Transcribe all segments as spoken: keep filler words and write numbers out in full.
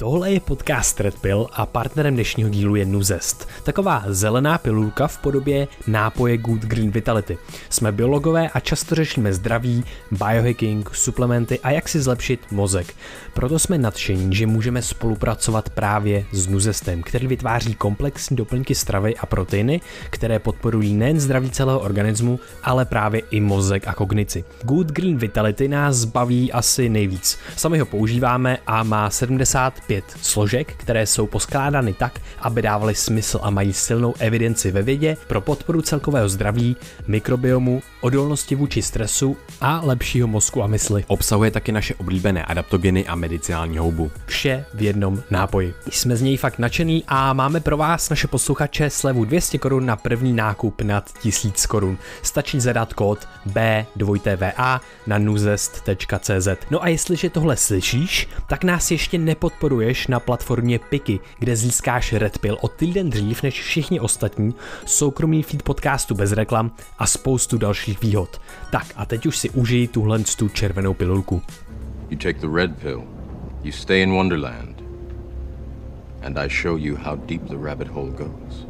Tohle je podcast Red Pill a partnerem dnešního dílu je Nuzest. Taková zelená pilulka v podobě nápoje Good Green Vitality. Jsme biologové a často řešíme zdraví, biohacking, suplementy a jak si zlepšit mozek. Proto jsme nadšení, že můžeme spolupracovat právě s Nuzestem, který vytváří komplexní doplňky stravy a proteiny, které podporují nejen zdraví celého organismu, ale právě i mozek a kognici. Good Green Vitality nás baví asi nejvíc. Sami ho používáme a má sedmdesát pět složek, které jsou poskládány tak, aby dávaly smysl a mají silnou evidenci ve vědě pro podporu celkového zdraví, mikrobiomu, odolnosti vůči stresu a lepšího mozku a mysli. Obsahuje taky naše oblíbené adaptogeny a medicinální houbu. Vše v jednom nápoji. Jsme z něj fakt nadšený a máme pro vás, naše posluchače, slevu dvě stě korun na první nákup nad tisíc korun. Stačí zadat kód B dva V A na nuzest tečka cé zet. No a jestliže tohle slyšíš, tak nás ještě nepodporuješ na platformě Piky, kde získáš Red Pill o týden dřív než všichni ostatní, soukromý feed podcastu bez reklam a spoustu dalších výhod. Tak a teď už si užij tuhle tu červenou pilulku. You take the red pill, you stay in Wonderland, and I show you how deep the rabbit hole goes.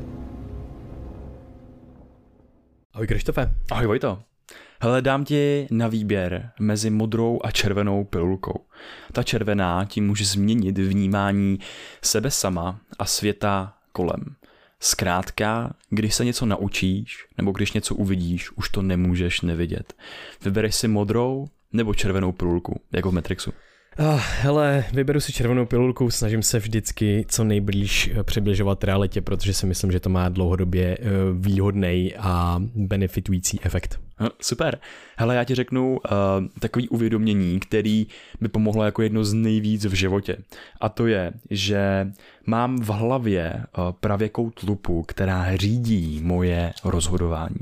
Ahoj Krištofe. Ahoj Vojto. Hele, dám ti na výběr mezi modrou a červenou pilulkou. Ta červená ti může změnit vnímání sebe sama a světa kolem. Zkrátka, když se něco naučíš nebo když něco uvidíš, už to nemůžeš nevidět. Vybereš si modrou nebo červenou pilulku, jako v Matrixu. Ah, hele, vyberu si červenou pilulku, snažím se vždycky co nejblíž přibližovat realitě, protože si myslím, že to má dlouhodobě výhodný a benefitující efekt. Super. Hele, já ti řeknu uh, takový uvědomění, který mi pomohlo jako jedno z nejvíc v životě. A to je, že mám v hlavě uh, pravěkou tlupu, která řídí moje rozhodování.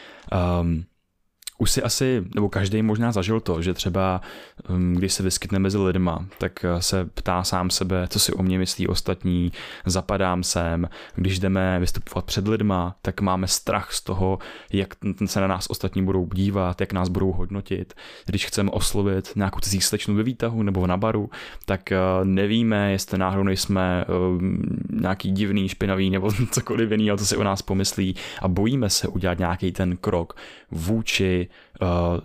Um, Už si asi, nebo každý možná zažil to, že třeba když se vyskytne mezi lidma, tak se ptá sám sebe, co si o mě myslí ostatní, zapadám sem, když jdeme vystupovat před lidma, tak máme strach z toho, jak se na nás ostatní budou dívat, jak nás budou hodnotit. Když chceme oslovit nějakou cizí slečnu ve výtahu nebo na baru, tak nevíme, jestli náhodou nejsme nějaký divný, špinavý nebo cokoliv jiného, co si o nás pomyslí a bojíme se udělat nějaký ten krok vůči Uh,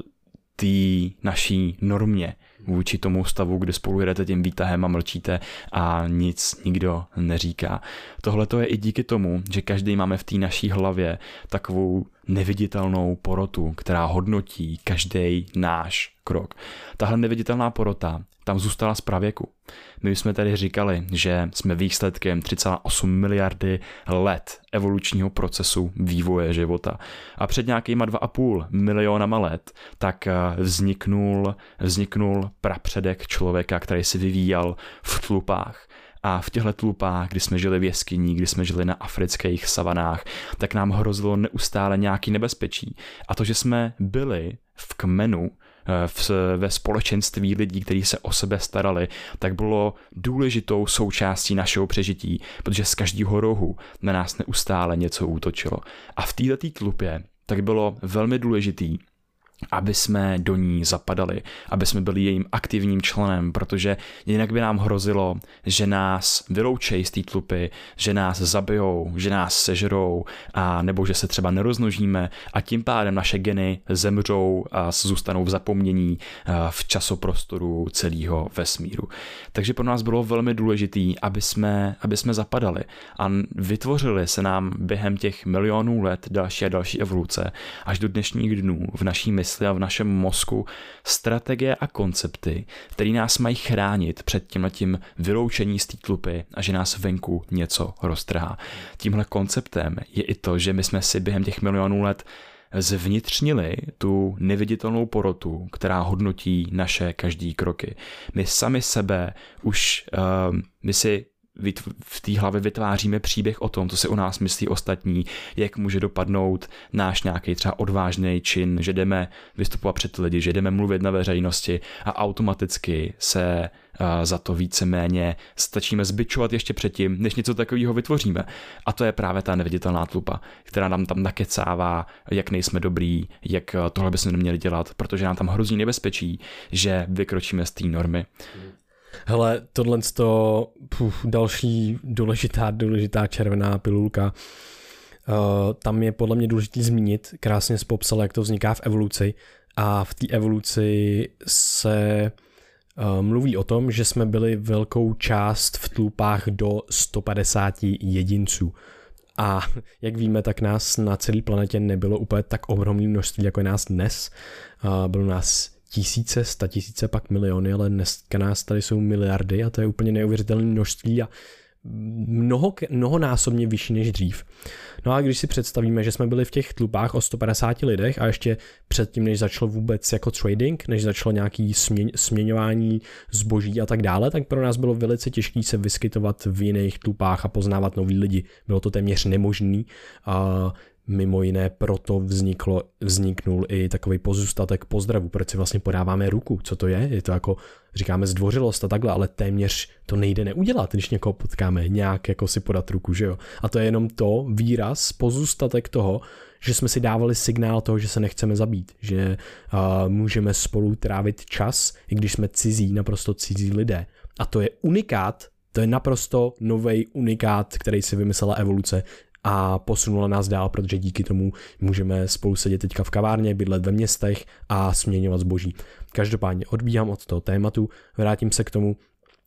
té naší normě, vůči tomu stavu, kde spolu jedete tím výtahem a mlčíte a nic nikdo neříká. Tohle to je i díky tomu, že každý máme v té naší hlavě takovou neviditelnou porotu, která hodnotí každý náš krok. Tahle neviditelná porota tam zůstala z pravěku. My jsme tady říkali, že jsme výsledkem tři celá osm miliardy let evolučního procesu vývoje života. A před nějakýma dva a půl milionama let tak vzniknul, vzniknul prapředek člověka, který se vyvíjel v tlupách. A v těchto tlupách, kdy jsme žili v jeskyní, kdy jsme žili na afrických savanách, tak nám hrozilo neustále nějaký nebezpečí. A to, že jsme byli v kmenu, v, ve společenství lidí, kteří se o sebe starali, tak bylo důležitou součástí našeho přežití, protože z každého rohu na nás neustále něco útočilo. A v této tlupě tak bylo velmi důležitý, aby jsme do ní zapadali, aby jsme byli jejím aktivním členem, protože jinak by nám hrozilo, že nás vyloučejí z té tlupy, že nás zabijou, že nás sežerou, a nebo že se třeba nerozmnožíme a tím pádem naše geny zemřou a zůstanou v zapomnění v časoprostoru celého vesmíru. Takže pro nás bylo velmi důležitý, aby jsme, aby jsme zapadali a vytvořili se nám během těch milionů let další a další evoluce až do dnešních dnů v naší mysli a v našem mozku strategie a koncepty, které nás mají chránit před tímhletím vyloučení z té tlupy a že nás venku něco roztrhá. Tímhle konceptem je i to, že my jsme si během těch milionů let zvnitřnili tu neviditelnou porotu, která hodnotí naše každý kroky. My sami sebe už, uh, my si v té hlavě vytváříme příběh o tom, co si o nás myslí ostatní, jak může dopadnout náš nějaký třeba odvážný čin, že jdeme vystupovat před lidi, že jdeme mluvit na veřejnosti a automaticky se uh, za to víceméně stačíme zbičovat ještě předtím, než něco takového vytvoříme. A to je právě ta neviditelná tlupa, která nám tam nakecává, jak nejsme dobrý, jak tohle bychom neměli dělat, protože nám tam hrozí nebezpečí, že vykročíme z té normy. Hele, tohle to další důležitá, důležitá červená pilulka. Uh, tam je podle mě důležitý zmínit, krásně jsi popsal, jak to vzniká v evoluci, a v té evoluci se uh, mluví o tom, že jsme byli velkou část v tlupách do sto padesát jedinců. A jak víme, tak nás na celé planetě nebylo úplně tak ohromné množství, jako je nás dnes. Uh, bylo nás tisíce, sta tisíce, pak miliony, ale dneska nás tady jsou miliardy a to je úplně neuvěřitelné množství a mnoho, mnohonásobně vyšší než dřív. No a když si představíme, že jsme byli v těch tlupách o sto padesáti lidech a ještě předtím, než začalo vůbec jako trading, než začalo nějaký směň, směňování zboží a tak dále, tak pro nás bylo velice těžké se vyskytovat v jiných tlupách a poznávat nový lidi. Bylo to téměř nemožný a mimo jiné proto vzniklo, vzniknul i takový pozůstatek pozdravu, proč si vlastně podáváme ruku, co to je, je to jako, říkáme zdvořilost a takhle, ale téměř to nejde neudělat, když někoho potkáme, nějak jako si podat ruku, že jo, a to je jenom to výraz, pozůstatek toho, že jsme si dávali signál toho, že se nechceme zabít, že uh, můžeme spolu trávit čas, i když jsme cizí, naprosto cizí lidé, a to je unikát, to je naprosto novej unikát, který si vymyslela evoluce, a posunula nás dál, protože díky tomu můžeme spolu sedět teďka v kavárně, bydlet ve městech a směňovat zboží. Každopádně odbíhám od toho tématu, vrátím se k tomu.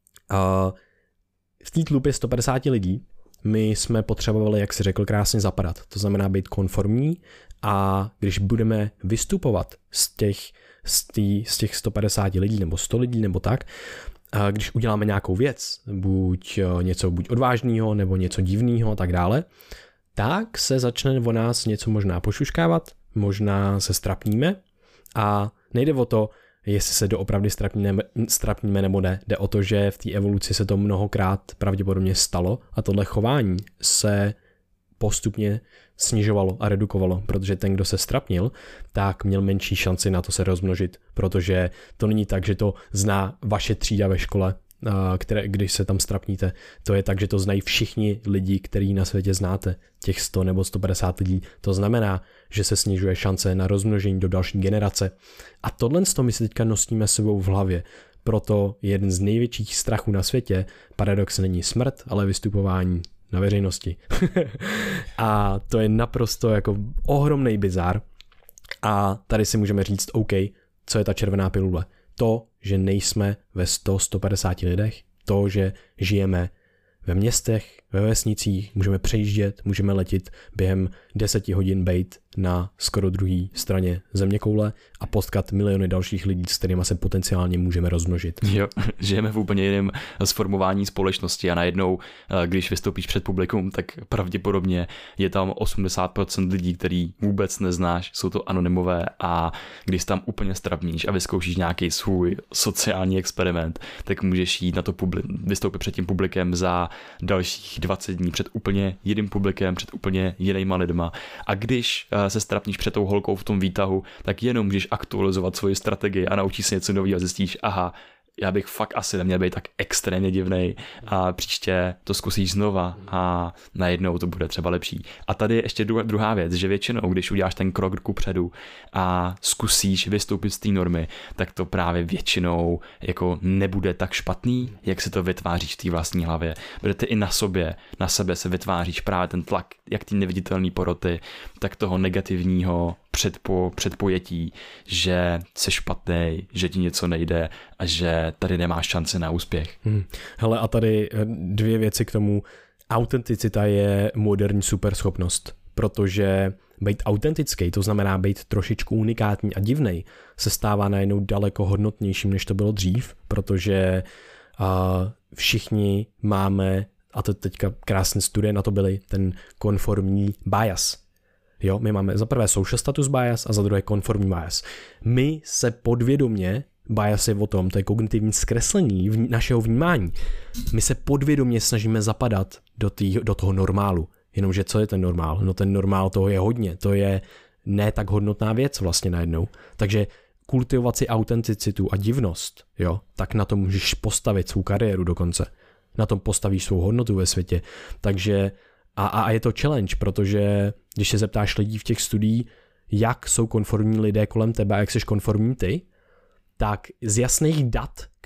V té tlupě sto padesát lidí my jsme potřebovali, jak si řekl, krásně zapadat. To znamená být konformní a když budeme vystupovat z těch, z tý, z těch sto padesát lidí nebo sto lidí nebo tak, když uděláme nějakou věc, buď něco buď odvážného nebo něco divného a tak dále, tak se začne o nás něco možná pošuškávat, možná se strapníme a nejde o to, jestli se doopravdy strapníme, strapníme nebo ne. Jde o to, že v té evoluci se to mnohokrát pravděpodobně stalo a tohle chování se postupně snižovalo a redukovalo, protože ten, kdo se strapnil, tak měl menší šanci na to se rozmnožit, protože to není tak, že to zná vaše třída ve škole, které, když se tam strapníte. To je tak, že to znají všichni lidi, který na světě znáte, těch sto nebo sto padesát lidí. To znamená, že se snižuje šance na rozmnožení do další generace. A tohle my si teďka nosíme sebou v hlavě. Proto jeden z největších strachů na světě, paradox není smrt, ale vystupování na veřejnosti. A to je naprosto jako ohromnej bizár. A tady si můžeme říct, OK, co je ta červená pilule? To, že nejsme ve sto, sto padesát lidech, to, že žijeme ve městech, ve vesnicích, můžeme přejíždět, můžeme letět během deseti hodin bejt na skoro druhé straně zeměkoule a potkat miliony dalších lidí, s kterými se potenciálně můžeme rozmnožit. Jo, žijeme v úplně jiném sformování společnosti a najednou, když vystoupíš před publikum, tak pravděpodobně je tam osmdesát procent lidí, který vůbec neznáš, jsou to anonymové a když tam úplně strapníš a vyzkoušíš nějaký svůj sociální experiment, tak můžeš jít na to publi- vystoupit před tím publikem za dalších dvacet dní před úplně jiným publikem, před úplně jinýma lidma. A když se strapníš před tou holkou v tom výtahu, tak jenom můžeš aktualizovat svoji strategii a naučíš se něco nového a zjistíš, aha, já bych fakt asi neměl být tak extrémně divnej a příště to zkusíš znova a najednou to bude třeba lepší. A tady je ještě druhá věc, že většinou, když uděláš ten krok kupředu a zkusíš vystoupit z té normy, tak to právě většinou jako nebude tak špatný, jak si to vytváříš v té vlastní hlavě. Protože ty i na sobě, na sebe se vytváříš právě ten tlak, jak ty neviditelné poroty, tak toho negativního předpo, předpojetí, že jsi špatnej, že ti něco nejde a že tady nemáš šanci na úspěch. Hmm. Hele, a tady dvě věci k tomu. Autenticita je moderní superschopnost, protože být autentický, to znamená být trošičku unikátní a divnej, se stává najednou daleko hodnotnějším, než to bylo dřív, protože uh, všichni máme, a to teďka krásné studie na to byly, ten konformní bias. Jo, my máme za prvé social status bias a za druhé konformní bias. My se podvědomě, bias je o tom, to je kognitivní zkreslení v našeho vnímání, my se podvědomě snažíme zapadat do, tý, do toho normálu. Jenomže co je ten normál? No ten normál toho je hodně, to je ne tak hodnotná věc vlastně najednou. Takže kultivovat si autenticitu a divnost, jo, tak na tom můžeš postavit svou kariéru dokonce. Na tom postavíš svou hodnotu ve světě. Takže A, a je to challenge, protože když se zeptáš lidí v těch studiích, jak jsou konformní lidé kolem tebe a jak jsi konformní ty, tak z jasných dat,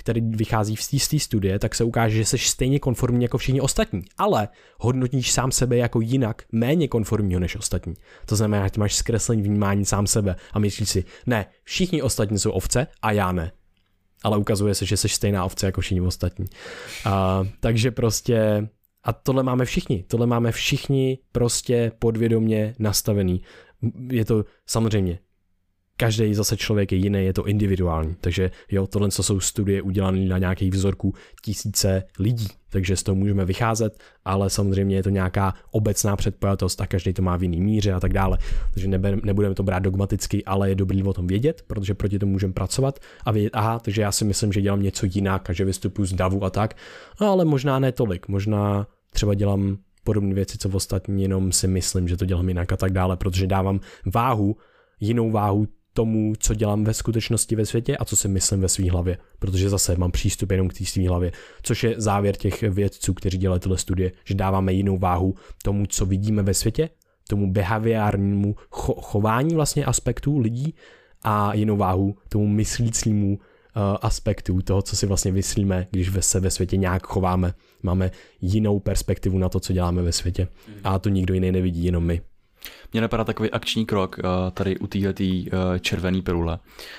který vychází z té studie, tak se ukáže, že jsi stejně konformní jako všichni ostatní, ale hodnotíš sám sebe jako jinak, méně konformního než ostatní. To znamená, že máš zkreslený vnímání sám sebe a myslíš si, ne, všichni ostatní jsou ovce a já ne. Ale ukazuje se, že jsi stejná ovce jako všichni ostatní. A, takže prostě, a tohle máme všichni, tohle máme všichni prostě podvědomě nastavený. Je to samozřejmě, každý zase člověk je jiný, je to individuální, takže jo, tohle jsou studie udělané na nějakých vzorků tisíce lidí, takže z toho můžeme vycházet, ale samozřejmě je to nějaká obecná předpojatost a každý to má v jiný míře a tak dále, takže nebe, nebudeme to brát dogmaticky, ale je dobrý o tom vědět, protože proti tomu můžeme pracovat a vědět, aha, takže já si myslím, že dělám něco jinak a že vystupuji z davu a tak, ale možná ne tolik, možná třeba dělám podobné věci, co v ostatní, jenom si myslím, že to dělám jinak a tak dále, protože dávám váhu, jinou váhu tomu, co dělám ve skutečnosti ve světě a co si myslím ve své hlavě, protože zase mám přístup jenom k té své hlavě, což je závěr těch vědců, kteří dělají tyhle studie, že dáváme jinou váhu tomu, co vidíme ve světě, tomu behaviorálnímu cho- chování vlastně aspektů lidí a jinou váhu tomu myslícímu uh, aspektu toho, co si vlastně myslíme, když se ve světě nějak chováme. Máme jinou perspektivu na to, co děláme ve světě a to nikdo jiný nevidí, jenom my. Mně napadá takový akční krok tady u téhletý červený pilule,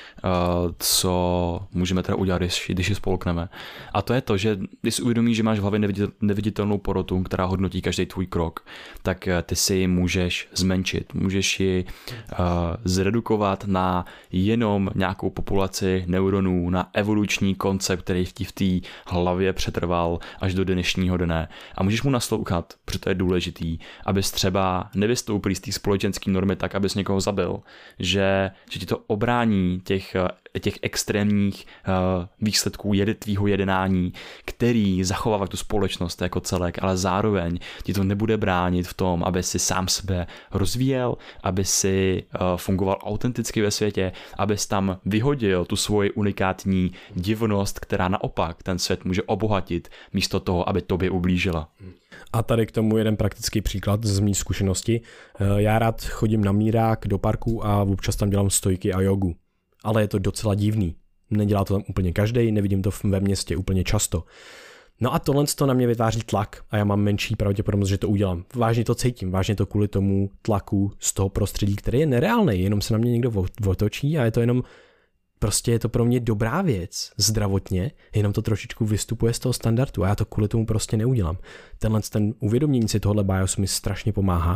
co můžeme teda udělat, když, když ji spolkneme. A to je to, že když si uvědomíš, že máš v hlavě neviditelnou porotu, která hodnotí každý tvůj krok, tak ty si ji můžeš zmenšit. Můžeš ji uh, zredukovat na jenom nějakou populaci neuronů, na evoluční koncept, který v té hlavě přetrval až do dnešního dne. A můžeš mu naslouchat, protože to je důležitý, abys třeba nevystoupil z té společenské normy tak, abys někoho zabil, že, že ti to obrání těch těch extrémních uh, výsledků jed, tvýho jednání, který zachovává tu společnost jako celek, ale zároveň ti to nebude bránit v tom, aby si sám sebe rozvíjel, aby si uh, fungoval autenticky ve světě, abys tam vyhodil tu svoji unikátní divnost, která naopak ten svět může obohatit místo toho, aby tobě ublížila. A tady k tomu jeden praktický příklad z mý zkušenosti. Já rád chodím na mírák do parku a občas tam dělám stojky a jogu. Ale je to docela divný. Nedělá to tam úplně každej, nevidím to ve městě úplně často. No a tohle to na mě vytváří tlak a já mám menší pravděpodobnost, že to udělám. Vážně to cítím, vážně to kvůli tomu tlaku z toho prostředí, který je nereálný, jenom se na mě někdo otočí a je to jenom, prostě je to pro mě dobrá věc zdravotně, jenom to trošičku vystupuje z toho standardu a já to kvůli tomu prostě neudělám. Tenhle ten uvědomění si tohle BIOSu mi strašně pomáhá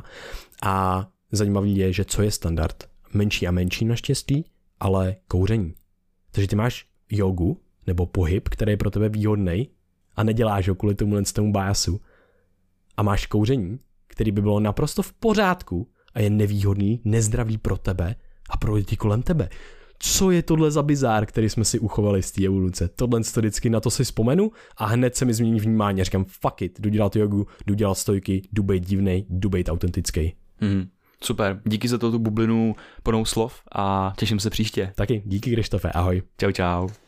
a zajímavý je, že co je standard. Menší a menší naštěstí, ale kouření. Takže ty máš jogu nebo pohyb, který je pro tebe výhodný a neděláš ho kvůli tomu tomu biasu. A máš kouření, který by bylo naprosto v pořádku a je nevýhodný, nezdravý pro tebe a pro lidi kolem tebe. Co je tohle za bizár, který jsme si uchovali z té evoluce? Tohle vždycky na to si vzpomenu a hned se mi změní vnímání a říkám fuck it, jdu dělat jogu, jdu dělat stojky, jdu bejt divnej, jdu bejt autentický. Mm. Super, díky za tu bublinu plnou slov a těším se příště. Taky, díky Krištofe, ahoj. Čau, čau.